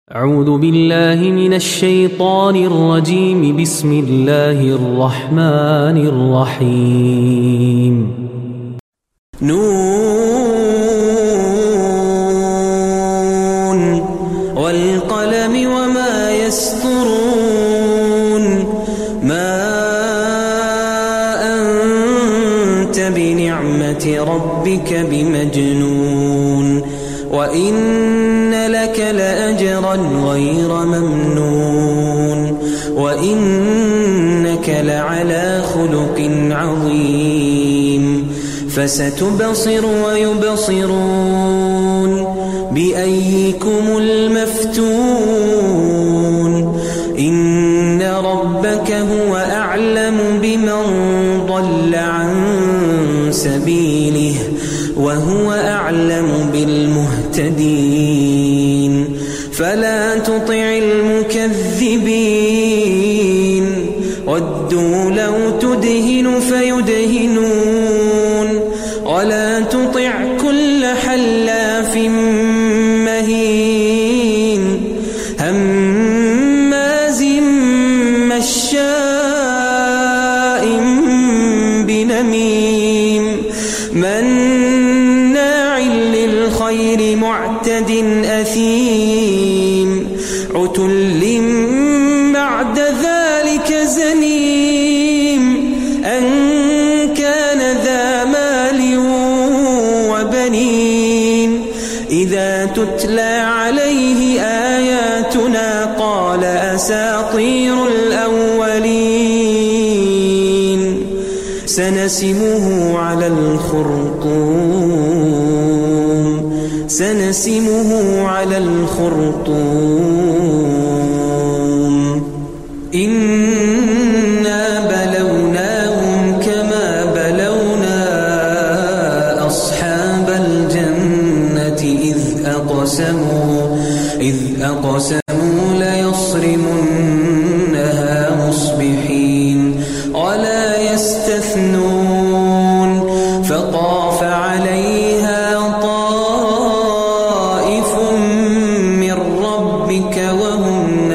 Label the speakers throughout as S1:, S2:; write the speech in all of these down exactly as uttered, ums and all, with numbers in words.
S1: أعوذ بالله من الشيطان الرجيم. بسم الله الرحمن الرحيم.
S2: نون والقلم وما يسطرون. ما أنت بنعمة ربك بمجنون وإن لك لأجرا غير ممنون وإنك لعلى خلق عظيم. فستبصر ويبصرون بأيكم المفتون. إن ربك هو أعلم بمن ضل عن سبيله وهو أعلم بالمهتدين. فلا تطع المكذبين ودوا لو تدهن فيدهنون ولا تطع كل حلاف مهين هماز مشاء بنميم مناع للخير معتد أثيم عتل بعد ذلك زنيم أن كان ذا مال وبنين. إذا تتلى عليه آياتنا قال أساطير الأولين. سنسمه على الخرطوم سنسمه على الخرطوم. إنا بلوناهم كما بلونا أصحاب الجنة إذ أقسموا إذ أقسموا ليصرمنها مصبحين ولا يستثنون. فطاف عليها طائف من ربك وهم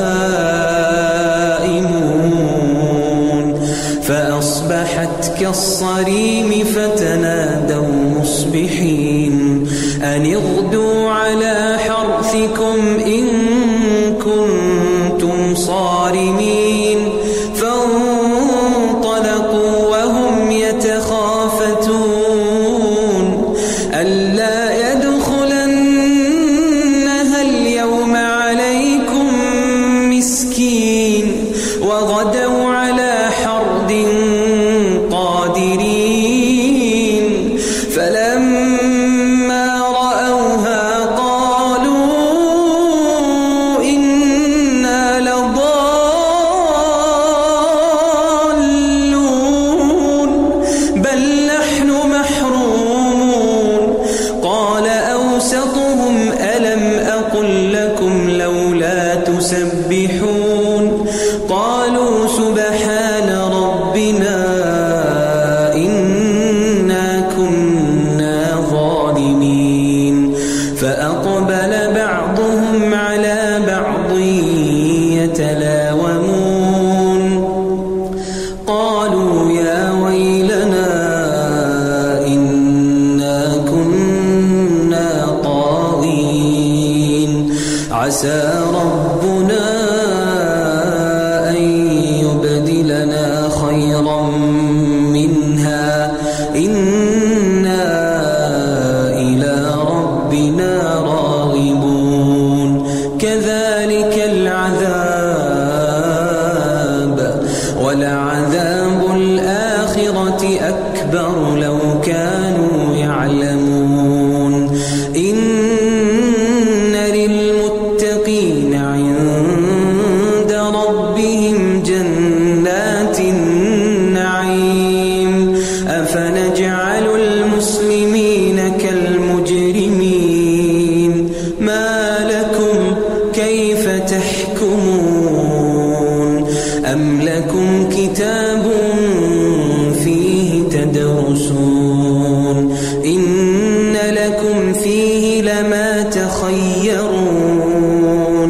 S2: نائمون فأصبحت كالصريم فتنادوا مصبحين أن اغدوا على حرثكم إن كنتم صارمين. فانطلقوا وهم يتخافتون ألا يدخلنها اليوم عليكم مسكين وغدوا على حرد قادرين. فلما رأوها قالوا إنا لضالون بل نحن محرومون. قال أوسطهم ألم أقل لكم لولا تسبحون. قالوا سبحان ربنا إنا كنا ظالمين. فأقبل بعضهم على بعض يتلاومون قالوا يا ويلنا إنا كنا طاغين. عسى ربنا أن يبدلنا خيرا منها إنا إلى ربنا راغبون. كذلك العذاب ولعذاب الآخرة أكبر لو كانوا يعلمون. إن للمتقين عند ربهم جنات النعيم. أفنجعل المسلمين كالمجرمين. ما لكم كيف تحكمون. أم لكم كتاب فيه تدرسون إن لكم فيه لما تخيرون.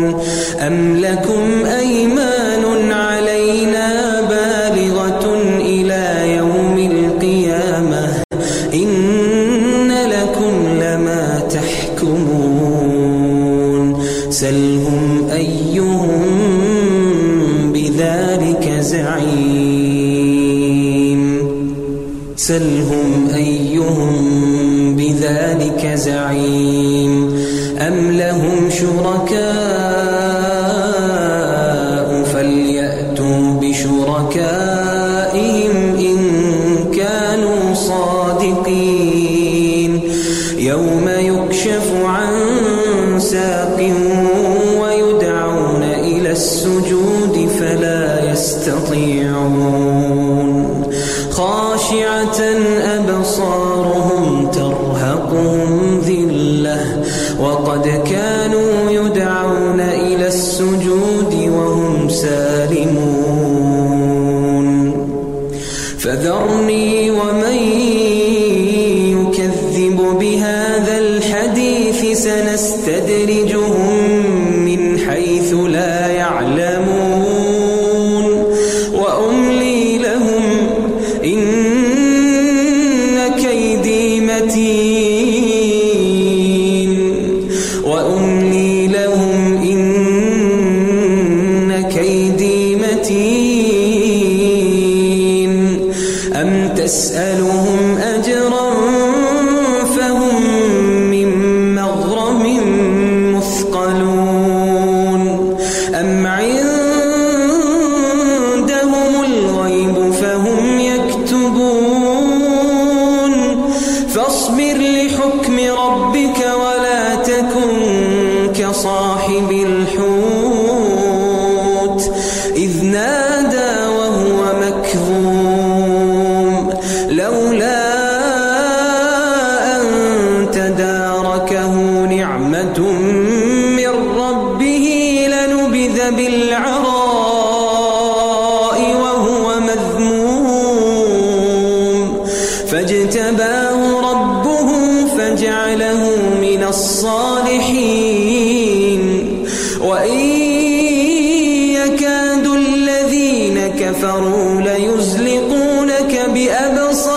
S2: سلهم أيهم بذلك زعيم سلهم أيهم بذلك زعيم أم لهم شركاء فليأتوا بشركائهم إن كانوا صادقين يوم يكشف عن ساق ويدعون إلى السجود فلا يستطيعون خاشعة أبصارهم ترهقهم ذلة وقد كانوا يدعون إلى السجود وهم سالمون فذرني ومن يكذب بهذا الحديث سنستدرجهم من حيث لا يعلمون وأملي لهم إن كيدي متين وأملي لهم إن كيدي متين أم تسألهم أجرا فهم من مغرم مثقلون أم عندهم الغيب فهم يكتبون فاصبر لحكم ربك ولا تكن كصاحب الحوت إذ نادى وهو مكظوم لولا أن تداركه نعمة من ربه لنبذ بالعراء وهو مذموم فاجتباه ربه فجعله من الصالحين وإن يكاد الذين كفروا ليزلقونك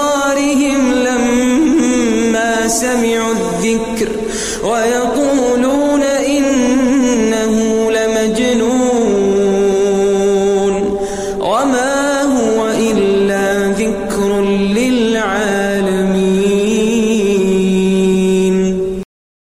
S2: بأبصارهم لما سمعوا الذكر ويقولون